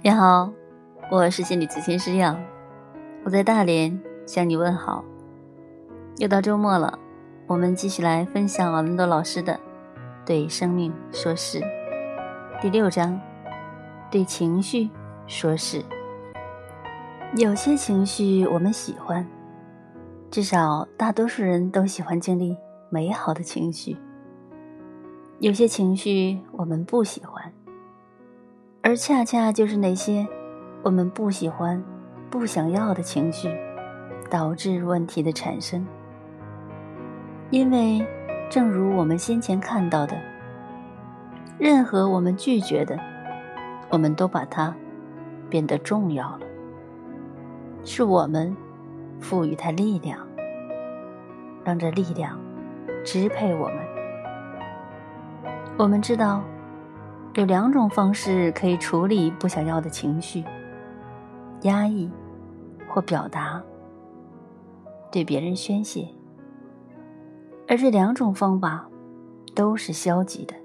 你好，我是心理咨询师杨，我在大连向你问好。又到周末了，我们继续来分享奥兰多老师的《对生命说是》第6章，对情绪说是。有些情绪我们喜欢，至少大多数人都喜欢经历美好的情绪。有些情绪我们不喜欢，而恰恰就是那些我们不喜欢、不想要的情绪，导致问题的产生。因为正如我们先前看到的，任何我们拒绝的，我们都把它变得重要了，是我们赋予它力量，让这力量支配我们。我们知道有2种方式可以处理不想要的情绪：压抑或表达，对别人宣泄。而这2种方法都是消极的。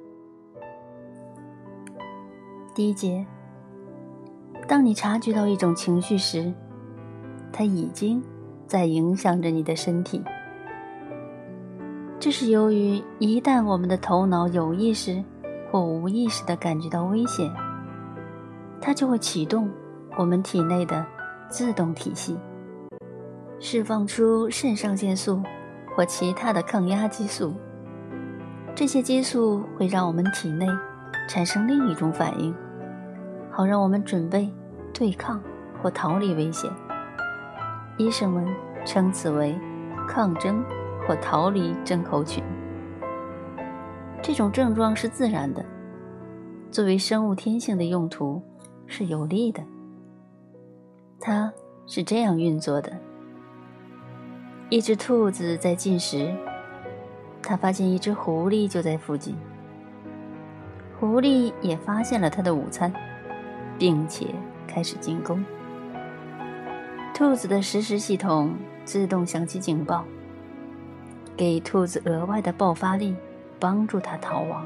第一节，当你察觉到一种情绪时，它已经在影响着你的身体。这是由于一旦我们的头脑有意识或无意识地感觉到危险，它就会启动我们体内的自动体系，释放出肾上腺素或其他的抗压激素。这些激素会让我们体内产生另一种反应，好让我们准备对抗或逃离危险。医生们称此为抗争或逃离症候群。这种症状是自然的，作为生物天性的用途是有利的。它是这样运作的：一只兔子在进食，它发现一只狐狸就在附近。狐狸也发现了它的午餐，并且开始进攻。兔子的实时系统自动响起警报，给兔子额外的爆发力，帮助它逃亡。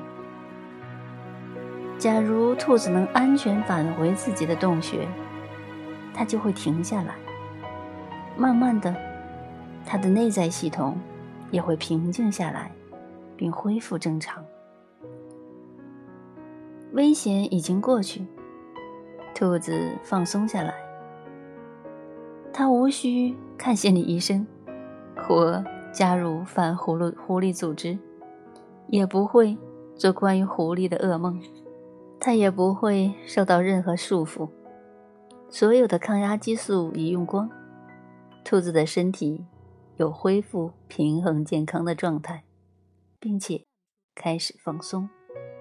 假如兔子能安全返回自己的洞穴，它就会停下来。慢慢的，它的内在系统也会平静下来，并恢复正常。危险已经过去，兔子放松下来。它无需看心理医生或加入反狐狸组织，也不会做关于狐狸的噩梦，它也不会受到任何束缚。所有的抗压激素已用光，兔子的身体有恢复平衡健康的状态，并且开始放松。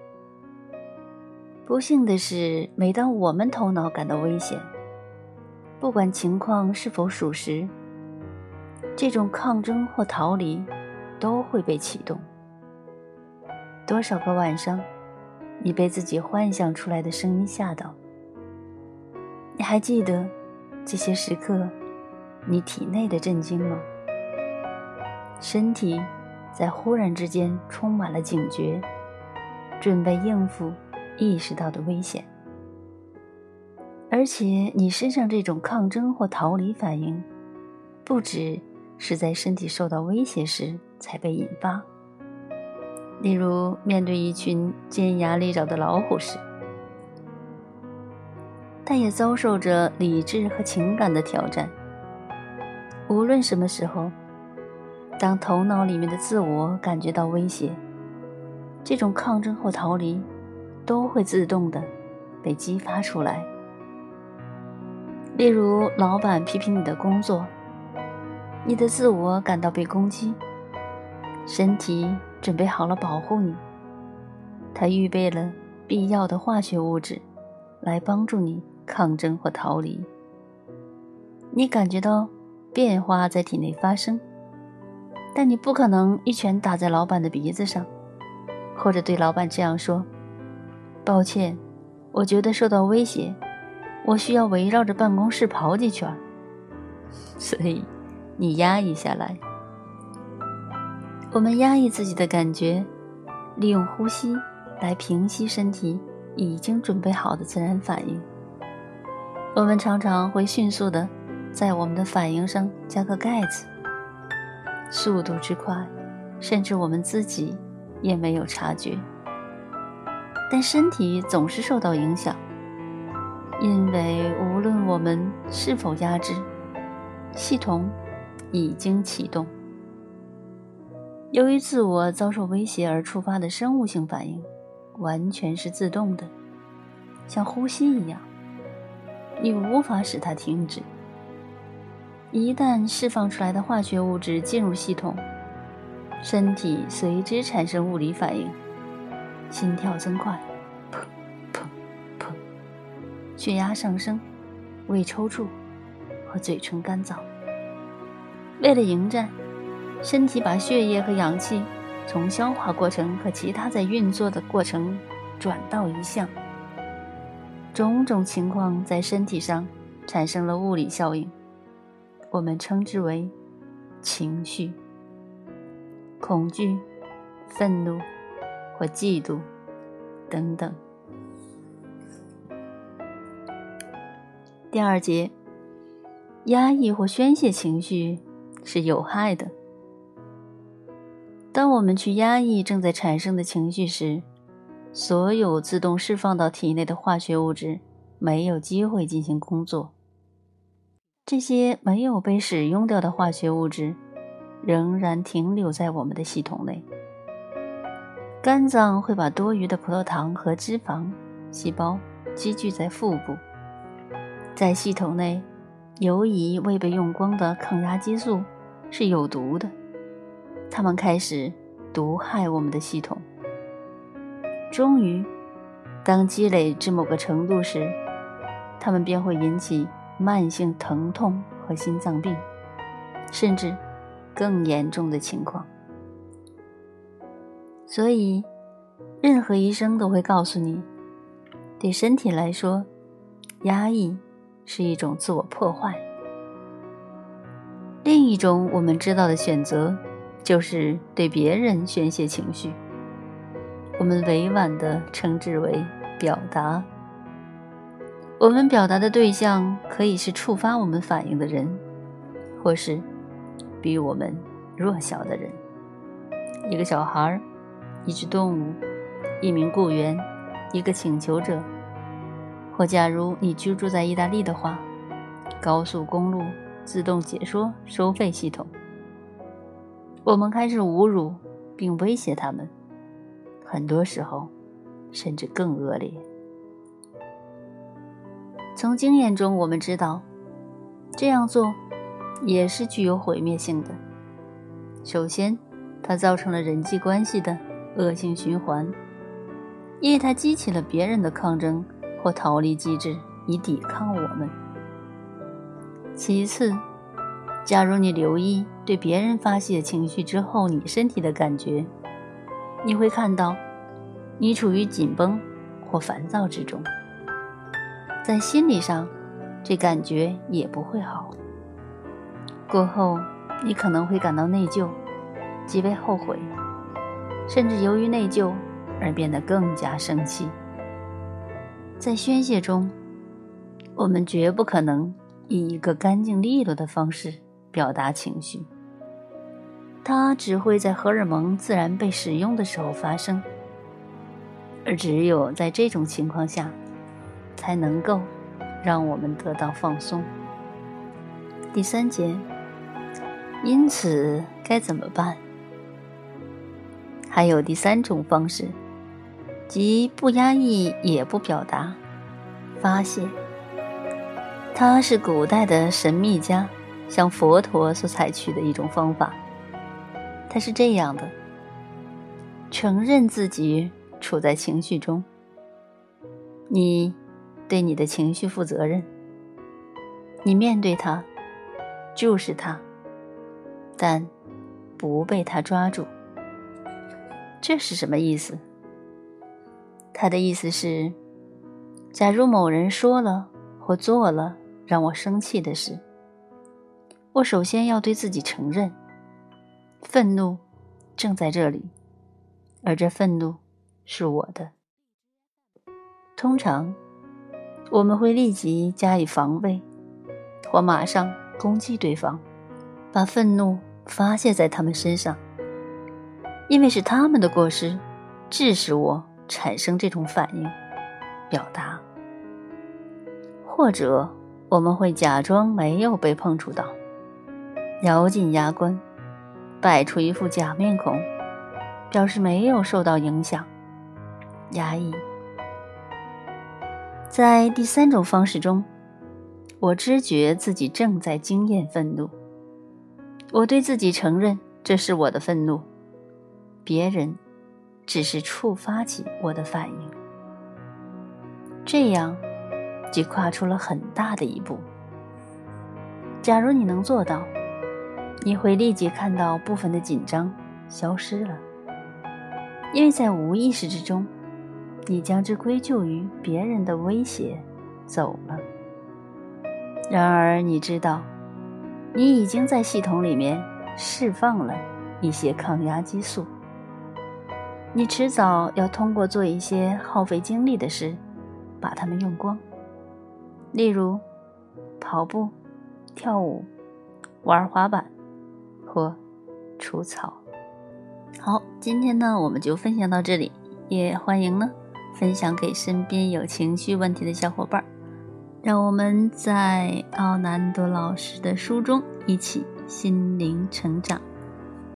不幸的是，每当我们头脑感到危险，不管情况是否属实，这种抗争或逃离都会被启动。多少个晚上，你被自己幻想出来的声音吓到？你还记得这些时刻你体内的震惊吗？身体在忽然之间充满了警觉，准备应付意识到的危险。而且你身上这种抗争或逃离反应，不只是在身体受到威胁时才被引发，例如面对一群尖牙利爪的老虎时，它也遭受着理智和情感的挑战。无论什么时候，当头脑里面的自我感觉到威胁，这种抗争或逃离都会自动的被激发出来。例如老板批评你的工作，你的自我感到被攻击，身体准备好了保护你，它预备了必要的化学物质来帮助你抗争或逃离。你感觉到变化在体内发生，但你不可能一拳打在老板的鼻子上，或者对老板这样说：抱歉，我觉得受到威胁，我需要围绕着办公室跑几圈。所以你压抑下来。我们压抑自己的感觉，利用呼吸来平息身体已经准备好的自然反应。 我们常常会迅速地在我们的反应上加个盖子，速度之快，甚至我们自己也没有察觉。但身体总是受到影响，因为无论我们是否压制，系统已经启动。由于自我遭受威胁而触发的生物性反应，完全是自动的，像呼吸一样，你无法使它停止。一旦释放出来的化学物质进入系统，身体随之产生物理反应，心跳增快，砰砰砰，血压上升，胃抽搐和嘴唇干燥。为了迎战，身体把血液和氧气从消化过程和其他在运作的过程转到一项。种种情况在身体上产生了物理效应，我们称之为情绪。恐惧、愤怒或嫉妒等等。第二节，压抑或宣泄情绪是有害的。当我们去压抑正在产生的情绪时，所有自动释放到体内的化学物质没有机会进行工作。这些没有被使用掉的化学物质仍然停留在我们的系统内。肝脏会把多余的葡萄糖和脂肪细胞积聚在腹部。在系统内，由于未被用光的抗压激素是有毒的，它们开始毒害我们的系统。终于，当积累至某个程度时，它们便会引起慢性疼痛和心脏病，甚至更严重的情况。所以，任何医生都会告诉你，对身体来说，压抑是一种自我破坏。另一种我们知道的选择，就是对别人宣泄情绪。我们委婉地称之为表达。我们表达的对象可以是触发我们反应的人，或是比我们弱小的人，一个小孩，一只动物，一名雇员，一个请求者，或假如你居住在意大利的话，高速公路自动解说收费系统。我们开始侮辱并威胁他们，很多时候甚至更恶劣。从经验中我们知道，这样做也是具有毁灭性的。首先，它造成了人际关系的恶性循环，因为它激起了别人的抗争或逃离机制以抵抗我们。其次，假如你留意对别人发泄情绪之后你身体的感觉，你会看到你处于紧绷或烦躁之中。在心理上，这感觉也不会好。过后，你可能会感到内疚，极为后悔，甚至由于内疚而变得更加生气。在宣泄中，我们绝不可能以一个干净利落的方式表达情绪，它只会在荷尔蒙自然被使用的时候发生，而只有在这种情况下，才能够让我们得到放松。第三节，因此该怎么办？还有第三种方式，即不压抑也不表达，发泄。它是古代的神秘家像佛陀所采取的一种方法。它是这样的：承认自己处在情绪中，你对你的情绪负责任，你面对它，注视它，但不被它抓住。这是什么意思？他的意思是，假如某人说了或做了让我生气的事，我首先要对自己承认，愤怒正在这里，而这愤怒是我的。通常， 我们会立即加以防卫，或马上攻击对方，把愤怒发泄在他们身上，因为是他们的过失致使我产生这种反应表达。或者我们会假装没有被碰触到，咬紧牙关，摆出一副假面孔，表示没有受到影响，压抑。在第三种方式中，我知觉自己正在经验愤怒，我对自己承认这是我的愤怒，别人只是触发起我的反应。这样即跨出了很大的一步。假如你能做到，你会立即看到部分的紧张消失了，因为在无意识之中，你将之归咎于别人的威胁走了。然而你知道，你已经在系统里面释放了一些抗压激素，你迟早要通过做一些耗费精力的事把它们用光，例如跑步、跳舞、玩滑板或除草。好，今天呢我们就分享到这里，也欢迎呢分享给身边有情绪问题的小伙伴，让我们在奥南多老师的书中一起心灵成长。